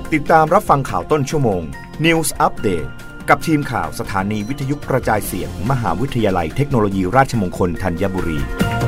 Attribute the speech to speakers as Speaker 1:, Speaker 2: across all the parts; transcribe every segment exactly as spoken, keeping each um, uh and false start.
Speaker 1: ติดตามรับฟังข่าวต้นชั่วโมง News Update กับทีมข่าวสถานีวิทยุกระจายเสียง มหาวิทยาลัยเทคโนโลยีราชมงคลธัญบุรี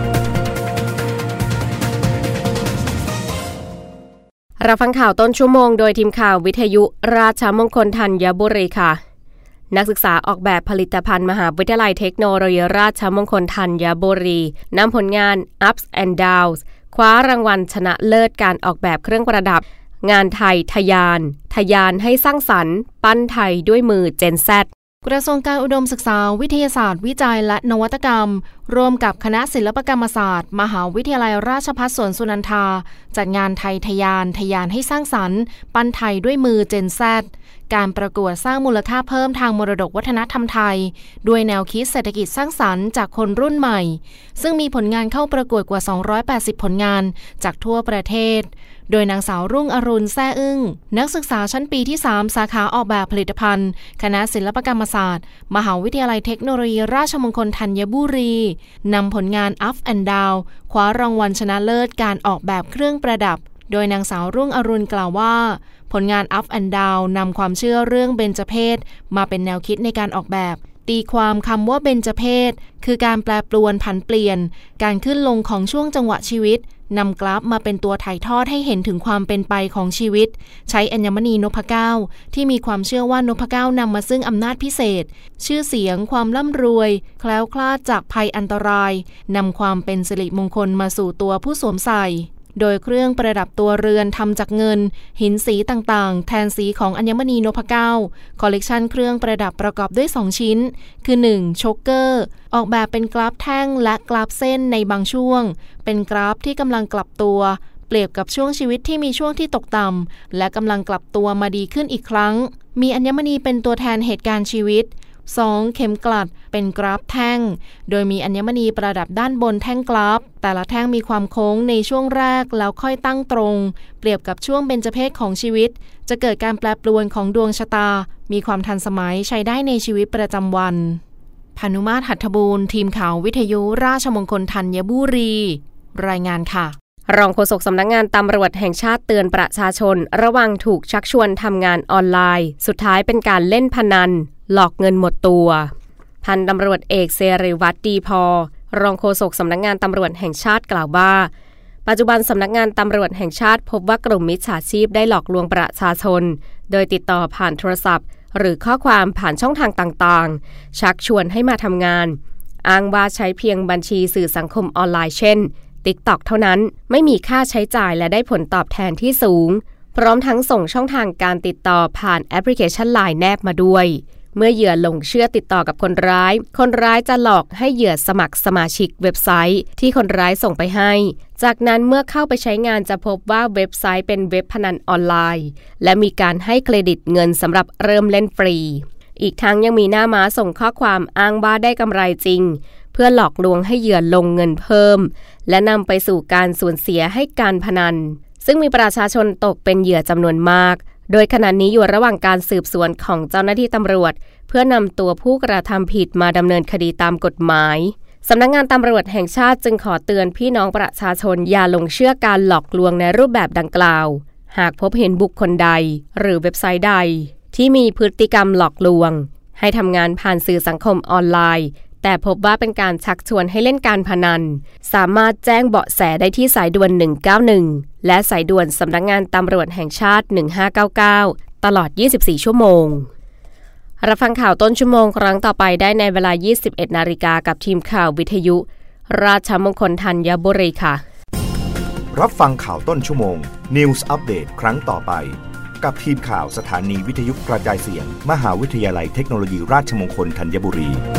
Speaker 2: รับฟังข่าวต้นชั่วโมงโดยทีมข่าววิทยุราชมงคลธัญบุรีค่ะนักศึกษาออกแบบผลิตภัณฑ์มหาวิทยาลัยเทคโนโลยีราชมงคลธัญบุรีนำผลงาน Ups and Downs คว้ารางวัลชนะเลิศการออกแบบเครื่องประดับงานไทยทะยานทะยานให้สร้างสรรค์ปั้นไทยด้วยมือ Gen Z กระทรวงการอุดมศึกษาวิทยาศาสตร์วิจัยและนวัตกรรมร่วมกับคณะศิลปกรรมศาสตร์มหาวิทยาลัยราชภัฏสวนสุนันทาจัดงานไทยทะยานทะยานให้สร้างสรรค์ปั้นไทยด้วยมือ Gen Z การประกวดสร้างมูลค่าเพิ่มทางมรดกวัฒนธรรมไทยด้วยแนวคิดเศรษฐกิจสร้างสรรค์จากคนรุ่นใหม่ซึ่งมีผลงานเข้าประกวดกว่าสองร้อยแปดสิบผลงานจากทั่วประเทศโดยนางสาวรุ่งอรุณแซ่อึ้งนักศึกษาชั้นปีที่สามสาขาออกแบบผลิตภัณฑ์คณะศิลปกรรมศาสตร์มหาวิทยาลัยเทคโนโลยีราชมงคลธัญบุรีนำผลงาน Ups and Downs คว้ารางวัลชนะเลิศการออกแบบเครื่องประดับโดยนางสาวรุ่งอรุณกล่าวว่าผลงาน Ups and Downs นำความเชื่อเรื่องเบญจเพศมาเป็นแนวคิดในการออกแบบตีความคำว่าเบญจเพศคือการแปรปรวนผันเปลี่ยนการขึ้นลงของช่วงจังหวะชีวิตนำกราฟมาเป็นตัวถ่ายทอดให้เห็นถึงความเป็นไปของชีวิตใช้อัญมณีนพเก้าที่มีความเชื่อว่านพเก้านำมาซึ่งอำนาจพิเศษชื่อเสียงความร่ำรวยแคล้วคลาดจากภัยอันตรายนำความเป็นสิริมงคลมาสู่ตัวผู้สวมใส่โดยเครื่องประดับตัวเรือนทำจากเงินหินสีต่างๆแทนสีของอัญมณีนพเก้าคอลเลกชันเครื่องประดับประกอบด้วยสองชิ้นคือหนึ่งโชกเกอร์ออกแบบเป็นกราฟแท่งและกราฟเส้นในบางช่วงเป็นกราฟที่กำลังกลับตัวเปรียบกับช่วงชีวิตที่มีช่วงที่ตกต่ำและกำลังกลับตัวมาดีขึ้นอีกครั้งมีอัญมณีเป็นตัวแทนเหตุการณ์ชีวิตสองเข็มกลัดเป็นกราฟแท่งโดยมีอัญมณีประดับด้านบนแท่งกราฟแต่ละแท่งมีความโค้งในช่วงแรกแล้วค่อยตั้งตรงเปรียบกับช่วงเบญจเพศของชีวิตจะเกิดการแปรปรวนของดวงชะตามีความทันสมัยใช้ได้ในชีวิตประจำวันพานุมาตรหัตถบูรณ์ทีมข่าววิทยุราชมงคลธัญบุรีรายงานค่ะรองโฆษกสำนักงานตำรวจแห่งชาติเตือนประชาชนระวังถูกชักชวนทำงานออนไลน์สุดท้ายเป็นการเล่นพนันหลอกเงินหมดตัวพันตำรวจเอกเสรีวัฒน์ดีพอรองโฆษกสำนักงานตำรวจแห่งชาติกล่าวว่าปัจจุบันสำนักงานตำรวจแห่งชาติพบว่ากลุ่มมิจฉาชีพได้หลอกลวงประชาชนโดยติดต่อผ่านโทรศัพท์หรือข้อความผ่านช่องทางต่างๆชักชวนให้มาทำงานอ้างว่าใช้เพียงบัญชีสื่อสังคมออนไลน์เช่น TikTok เท่านั้นไม่มีค่าใช้จ่ายและได้ผลตอบแทนที่สูงพร้อมทั้งส่งช่องทางการติดต่อผ่านแอปพลิเคชัน ไลน์ แนบมาด้วยเมื่อเหยื่อหลงเชื่อติดต่อกับคนร้ายคนร้ายจะหลอกให้เหยื่อสมัครสมาชิกเว็บไซต์ที่คนร้ายส่งไปให้จากนั้นเมื่อเข้าไปใช้งานจะพบว่าเว็บไซต์เป็นเว็บพนันออนไลน์และมีการให้เครดิตเงินสำหรับเริ่มเล่นฟรีอีกทั้งยังมีหน้าม้าส่งข้อความอ้างว่าได้กำไรจริงเพื่อหลอกลวงให้เหยื่อลงเงินเพิ่มและนำไปสู่การสูญเสียให้การพนันซึ่งมีประชาชนตกเป็นเหยื่อจำนวนมากโดยขณะนี้อยู่ระหว่างการสืบสวนของเจ้าหน้าที่ตำรวจเพื่อนำตัวผู้กระทำผิดมาดำเนินคดีตามกฎหมายสำนักงานตำรวจแห่งชาติจึงขอเตือนพี่น้องประชาชนอย่าหลงเชื่อการหลอกลวงในรูปแบบดังกล่าวหากพบเห็นบุคคลใดหรือเว็บไซต์ใดที่มีพฤติกรรมหลอกลวงให้ทำงานผ่านสื่อสังคมออนไลน์แต่พบว่าเป็นการชักชวนให้เล่นการพนันสามารถแจ้งเบาะแสได้ที่สายด่วนหนึ่งเก้าหนึ่งและสายด่วนสำนักงานตำรวจแห่งชาติหนึ่งห้าเก้าเก้าตลอดยี่สิบสี่ชั่วโมงรับฟังข่าวต้นชั่วโมงครั้งต่อไปได้ในเวลา ยี่สิบเอ็ดนาฬิกากับทีมข่าววิทยุราชมงคลธัญบุรีค่ะ
Speaker 1: รับฟังข่าวต้นชั่วโมง News Update ครั้งต่อไปกับทีมข่าวสถานีวิทยุกระจายเสียงมหาวิทยาลัยเทคโนโลยีราชมงคลธัญบุรี